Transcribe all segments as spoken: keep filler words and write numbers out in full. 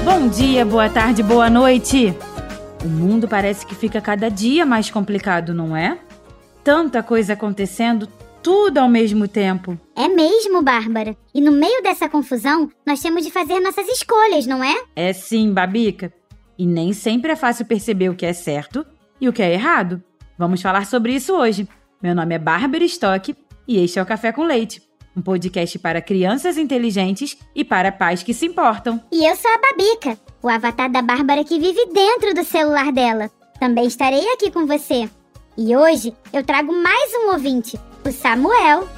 Bom dia, boa tarde, boa noite! O mundo parece que fica cada dia mais complicado, não é? Tanta coisa acontecendo, tudo ao mesmo tempo. É mesmo, Bárbara. E no meio dessa confusão, nós temos de fazer nossas escolhas, não é? É sim, Babica. E nem sempre é fácil perceber o que é certo e o que é errado. Vamos falar sobre isso hoje. Meu nome é Bárbara Stock e este é o Café com Leite, um podcast para crianças inteligentes e para pais que se importam. E eu sou a Babica, o avatar da Bárbara que vive dentro do celular dela. Também estarei aqui com você. E hoje eu trago mais um ouvinte, o Samuel.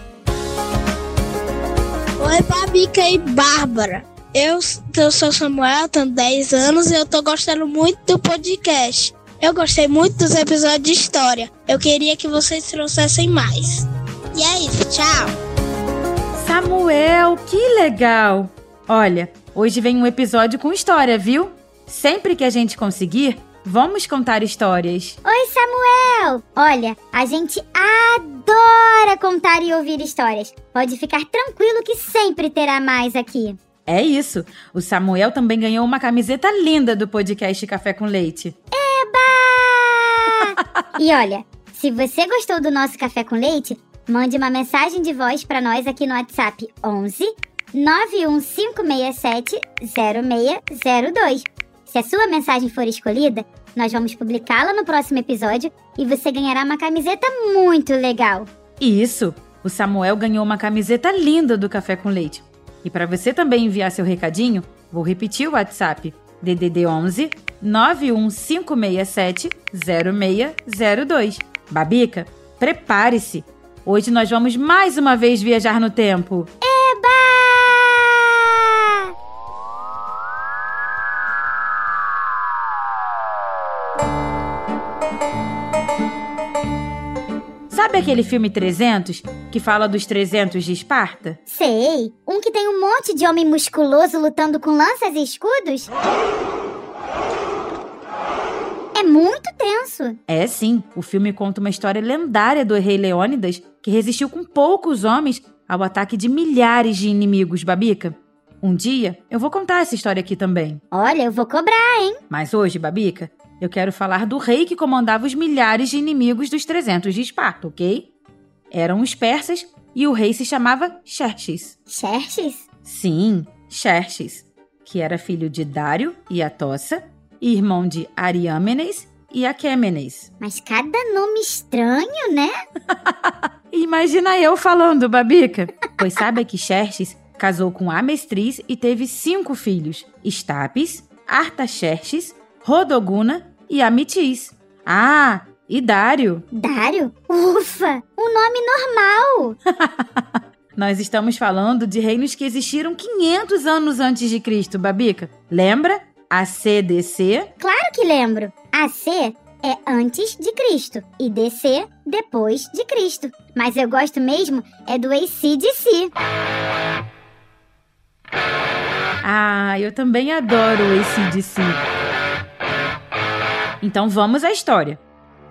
Oi, Babica e Bárbara. Eu, eu sou o Samuel, tenho dez anos e eu tô gostando muito do podcast. Eu gostei muito dos episódios de história. Eu queria que vocês trouxessem mais. E é isso, tchau! Samuel, que legal! Olha, hoje vem um episódio com história, viu? Sempre que a gente conseguir, vamos contar histórias. Oi, Samuel! Olha, a gente adora contar e ouvir histórias. Pode ficar tranquilo que sempre terá mais aqui. É isso! O Samuel também ganhou uma camiseta linda do podcast Café com Leite. Eba! E olha, se você gostou do nosso Café com Leite, mande uma mensagem de voz para nós aqui no WhatsApp onze nove um cinco seis sete zero seis zero dois. Se a sua mensagem for escolhida, nós vamos publicá-la no próximo episódio e você ganhará uma camiseta muito legal. Isso! O Samuel ganhou uma camiseta linda do Café com Leite. E para você também enviar seu recadinho, vou repetir o WhatsApp D D D onze nove um cinco seis sete zero seis zero dois. Babica, prepare-se! Hoje nós vamos mais uma vez viajar no tempo. Eba! Sabe aquele filme trezentos, que fala dos trezentos de Esparta? Sei, um que tem um monte de homem musculoso lutando com lanças e escudos? É muito tenso. É sim, o filme conta uma história lendária do rei Leônidas, que resistiu com poucos homens ao ataque de milhares de inimigos, Babica. Um dia, eu vou contar essa história aqui também. Olha, eu vou cobrar, hein? Mas hoje, Babica, eu quero falar do rei que comandava os milhares de inimigos dos trezentos de Esparta, ok? Eram os persas e o rei se chamava Xerxes. Xerxes? Sim, Xerxes, que era filho de Dário e Atossa, e irmão de Ariâmenes e Aquêmenes. Mas cada nome estranho, né? Imagina eu falando, Babica. Pois sabe que Xerxes casou com Amestriz e teve cinco filhos: Estapes, Artaxerxes, Rodoguna e Amitis. Ah, e Dário. Dário? Ufa, um nome normal. Nós estamos falando de reinos que existiram quinhentos anos antes de Cristo, Babica. Lembra? A C D C? Claro que lembro. A C é antes de Cristo e D C depois de Cristo. Mas eu gosto mesmo é do A C D C. Ah, eu também adoro o A C D C. Então vamos à história.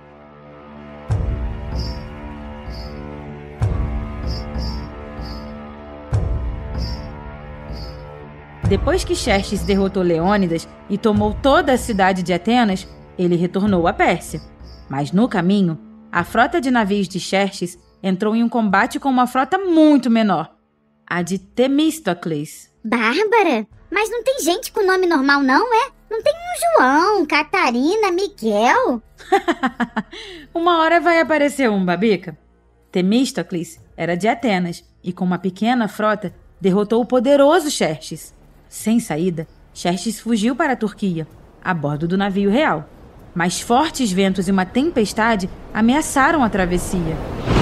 Depois que Xerxes derrotou Leônidas e tomou toda a cidade de Atenas, ele retornou à Pérsia. Mas no caminho, a frota de navios de Xerxes entrou em um combate com uma frota muito menor, a de Temístocles. Bárbara, mas não tem gente com nome normal não, é? Não tem um João, Catarina, Miguel? Uma hora vai aparecer um, Babica. Temístocles era de Atenas e com uma pequena frota derrotou o poderoso Xerxes. Sem saída, Xerxes fugiu para a Turquia, a bordo do navio real. Mas fortes ventos e uma tempestade ameaçaram a travessia.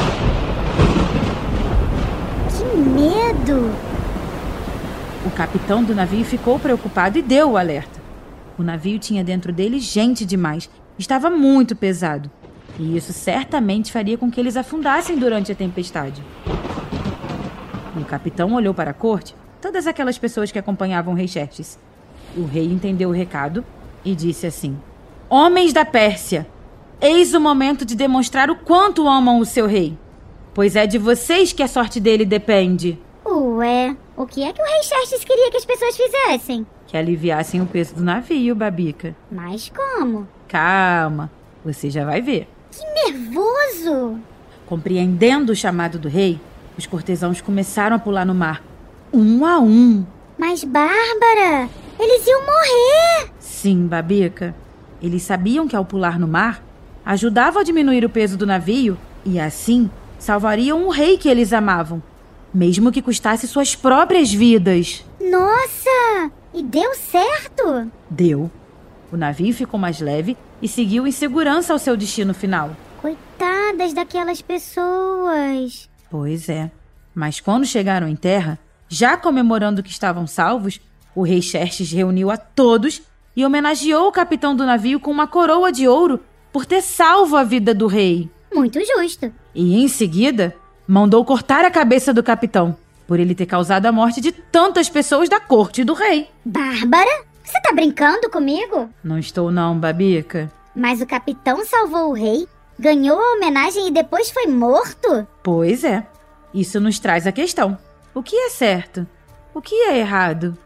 Que medo! O capitão do navio ficou preocupado e deu o alerta. O navio tinha dentro dele gente demais, estava muito pesado. E isso certamente faria com que eles afundassem durante a tempestade. O capitão olhou para a corte, todas aquelas pessoas que acompanhavam o rei Xerxes. O rei entendeu o recado e disse assim: Homens da Pérsia, eis o momento de demonstrar o quanto amam o seu rei, pois é de vocês que a sorte dele depende. Ué, O que é que o rei Xerxes queria que as pessoas fizessem? Que aliviassem o peso do navio, Babica. Mas como? Calma, você já vai ver. Que nervoso! Compreendendo o chamado do rei, os cortesãos começaram a pular no mar, um a um. Mas, Bárbara, eles iam morrer! Sim, Babica. Eles sabiam que ao pular no mar, ajudava a diminuir o peso do navio e, assim, salvariam o rei que eles amavam, mesmo que custasse suas próprias vidas. Nossa! E deu certo? Deu. O navio ficou mais leve e seguiu em segurança ao seu destino final. Coitadas daquelas pessoas. Pois é. Mas quando chegaram em terra, já comemorando que estavam salvos, o rei Xerxes reuniu a todos e homenageou o capitão do navio com uma coroa de ouro por ter salvo a vida do rei. Muito justo. E, em seguida, mandou cortar a cabeça do capitão, por ele ter causado a morte de tantas pessoas da corte do rei. Bárbara, você tá brincando comigo? Não estou não, Babica. Mas o capitão salvou o rei, ganhou a homenagem e depois foi morto? Pois é. Isso nos traz a questão. O que é certo? O que é errado?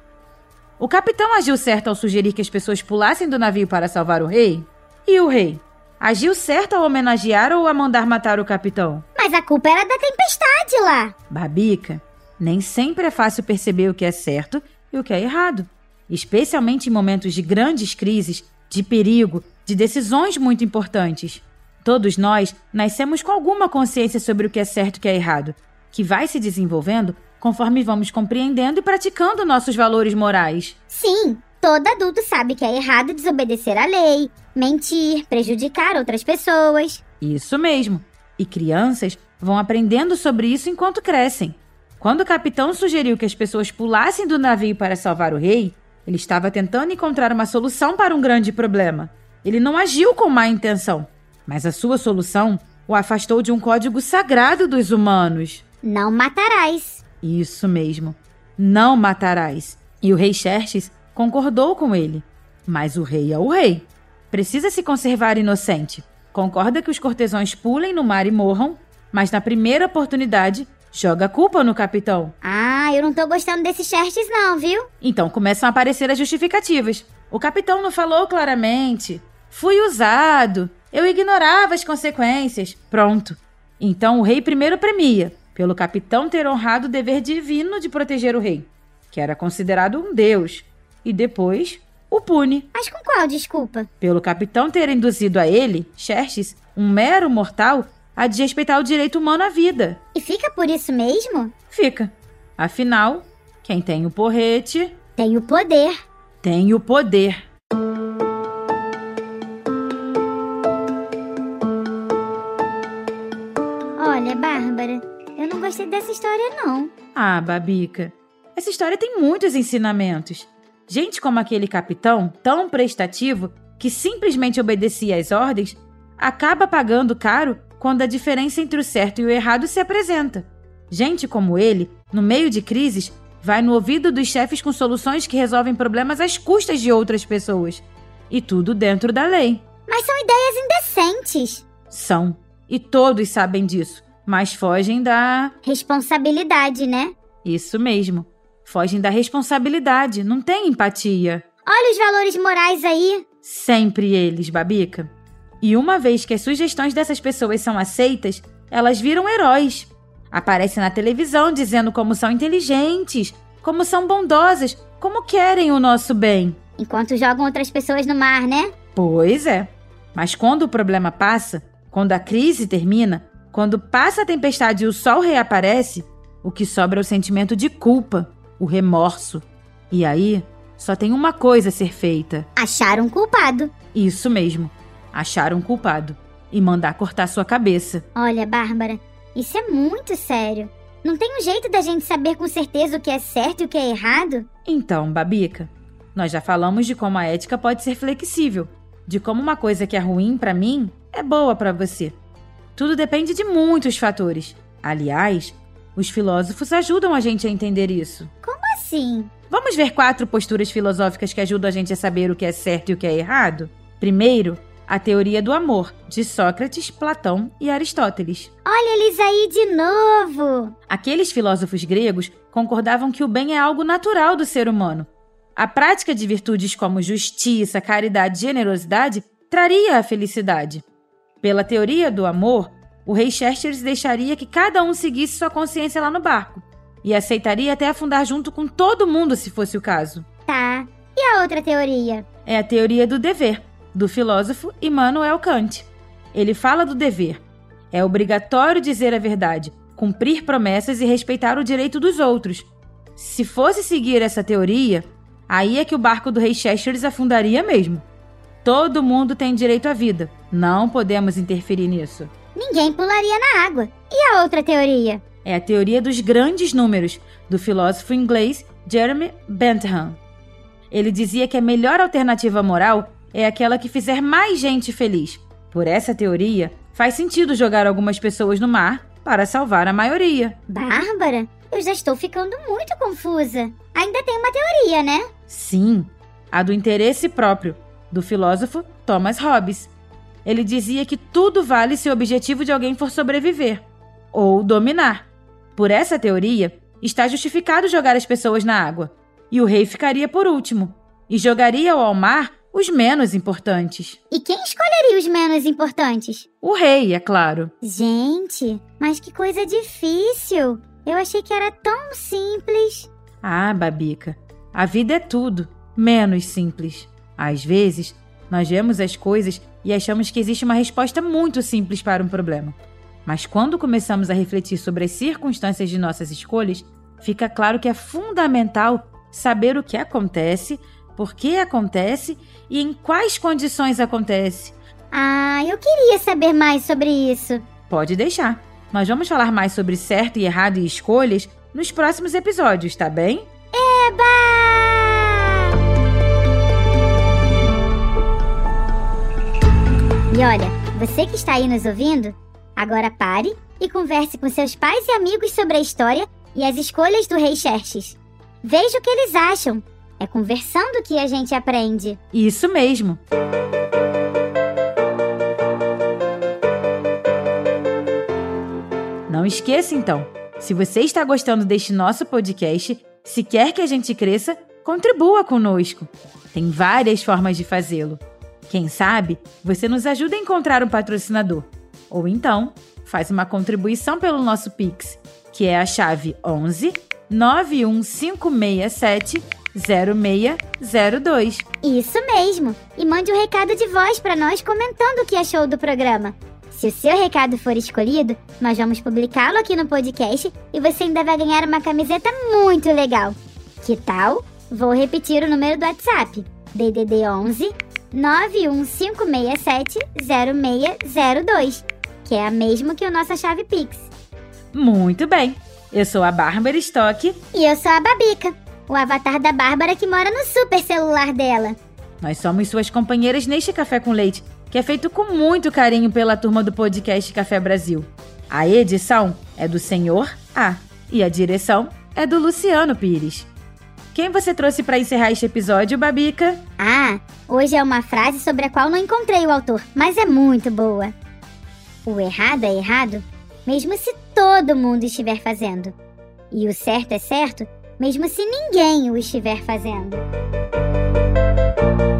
O capitão agiu certo ao sugerir que as pessoas pulassem do navio para salvar o rei? E o rei? Agiu certo ao homenagear ou a mandar matar o capitão? Mas a culpa era da tempestade lá. Babica, nem sempre é fácil perceber o que é certo e o que é errado. Especialmente em momentos de grandes crises, de perigo, de decisões muito importantes. Todos nós nascemos com alguma consciência sobre o que é certo e o que é errado, que vai se desenvolvendo conforme vamos compreendendo e praticando nossos valores morais. Sim, todo adulto sabe que é errado desobedecer à lei, mentir, prejudicar outras pessoas. Isso mesmo. E crianças vão aprendendo sobre isso enquanto crescem. Quando o capitão sugeriu que as pessoas pulassem do navio para salvar o rei, ele estava tentando encontrar uma solução para um grande problema. Ele não agiu com má intenção, mas a sua solução o afastou de um código sagrado dos humanos. Não matarás. Isso mesmo. Não matarás. E o rei Xerxes concordou com ele. Mas o rei é o rei. Precisa se conservar inocente. Concorda que os cortesãos pulem no mar e morram, mas na primeira oportunidade joga a culpa no capitão. Ah, eu não tô gostando desse Xerxes não, viu? Então começam a aparecer as justificativas. O capitão não falou claramente. Fui usado. Eu ignorava as consequências. Pronto. Então o rei primeiro premia, pelo capitão ter honrado o dever divino de proteger o rei, que era considerado um deus, e depois o pune. Mas com qual desculpa? Pelo capitão ter induzido a ele, Xerxes, um mero mortal, a desrespeitar o direito humano à vida. E fica por isso mesmo? Fica. Afinal, quem tem o porrete... Tem o poder. Tem o poder. Olha, Bárbara, eu não gostei dessa história, não. Ah, Babica, essa história tem muitos ensinamentos. Gente como aquele capitão, tão prestativo, que simplesmente obedecia às ordens, acaba pagando caro quando a diferença entre o certo e o errado se apresenta. Gente como ele, no meio de crises, vai no ouvido dos chefes com soluções que resolvem problemas às custas de outras pessoas. E tudo dentro da lei. Mas são ideias indecentes. São. E todos sabem disso. Mas fogem da... responsabilidade, né? Isso mesmo. Fogem da responsabilidade. Não tem empatia. Olha os valores morais aí. Sempre eles, Babica. E uma vez que as sugestões dessas pessoas são aceitas, elas viram heróis. Aparecem na televisão dizendo como são inteligentes, como são bondosas, como querem o nosso bem. Enquanto jogam outras pessoas no mar, né? Pois é. Mas quando o problema passa, quando a crise termina, quando passa a tempestade e o sol reaparece, o que sobra é o sentimento de culpa, o remorso. E aí, só tem uma coisa a ser feita. Achar um culpado. Isso mesmo. Achar um culpado. E mandar cortar sua cabeça. Olha, Bárbara, isso é muito sério. Não tem um jeito da gente saber com certeza o que é certo e o que é errado? Então, Babica, nós já falamos de como a ética pode ser flexível. De como uma coisa que é ruim pra mim é boa pra você. Tudo depende de muitos fatores. Aliás, os filósofos ajudam a gente a entender isso. Como assim? Vamos ver quatro posturas filosóficas que ajudam a gente a saber o que é certo e o que é errado? Primeiro, a teoria do amor, de Sócrates, Platão e Aristóteles. Olha eles aí de novo! Aqueles filósofos gregos concordavam que o bem é algo natural do ser humano. A prática de virtudes como justiça, caridade e generosidade traria a felicidade. Pela teoria do amor, o rei Xerxes deixaria que cada um seguisse sua consciência lá no barco e aceitaria até afundar junto com todo mundo se fosse o caso. Tá. E a outra teoria? É a teoria do dever, do filósofo Immanuel Kant. Ele fala do dever. É obrigatório dizer a verdade, cumprir promessas e respeitar o direito dos outros. Se fosse seguir essa teoria, aí é que o barco do rei Xerxes afundaria mesmo. Todo mundo tem direito à vida. Não podemos interferir nisso. Ninguém pularia na água. E a outra teoria? É a teoria dos grandes números, do filósofo inglês Jeremy Bentham. Ele dizia que a melhor alternativa moral é aquela que fizer mais gente feliz. Por essa teoria, faz sentido jogar algumas pessoas no mar para salvar a maioria. Bárbara, eu já estou ficando muito confusa. Ainda tem uma teoria, né? Sim, a do interesse próprio, do filósofo Thomas Hobbes. Ele dizia que tudo vale se o objetivo de alguém for sobreviver ou dominar. Por essa teoria, está justificado jogar as pessoas na água, e o rei ficaria por último, e jogaria ao mar os menos importantes. E quem escolheria os menos importantes? O rei, é claro. Gente, mas que coisa difícil. Eu achei que era tão simples. Ah, Babica, a vida é tudo, menos simples. Às vezes, nós vemos as coisas e achamos que existe uma resposta muito simples para um problema. Mas quando começamos a refletir sobre as circunstâncias de nossas escolhas, fica claro que é fundamental saber o que acontece, por que acontece e em quais condições acontece. Ah, eu queria saber mais sobre isso. Pode deixar. Nós vamos falar mais sobre certo e errado e escolhas nos próximos episódios, tá bem? Eba! E olha, você que está aí nos ouvindo, agora pare e converse com seus pais e amigos sobre a história e as escolhas do rei Xerxes. Veja o que eles acham. É conversando que a gente aprende. Isso mesmo. Não esqueça, então, se você está gostando deste nosso podcast, se quer que a gente cresça, contribua conosco. Tem várias formas de fazê-lo. Quem sabe, você nos ajuda a encontrar um patrocinador. Ou então, faz uma contribuição pelo nosso Pix, que é a chave onze, nove um cinco seis sete, zero seis zero dois. Isso mesmo! E mande um recado de voz para nós comentando o que achou do programa. Se o seu recado for escolhido, nós vamos publicá-lo aqui no podcast e você ainda vai ganhar uma camiseta muito legal. Que tal? Vou repetir o número do WhatsApp. D D D onze, nove um cinco seis sete, zero seis zero dois, que é a mesma que a nossa chave Pix. Muito bem! Eu sou a Bárbara Stock. E eu sou a Babica, o avatar da Bárbara que mora no super celular dela. Nós somos suas companheiras neste Café com Leite, que é feito com muito carinho pela turma do podcast Café Brasil. A edição é do Senhor A e a direção é do Luciano Pires. Quem você trouxe para encerrar este episódio, Babica? Ah, hoje é uma frase sobre a qual não encontrei o autor, mas é muito boa. O errado é errado, mesmo se todo mundo estiver fazendo. E o certo é certo, mesmo se ninguém o estiver fazendo.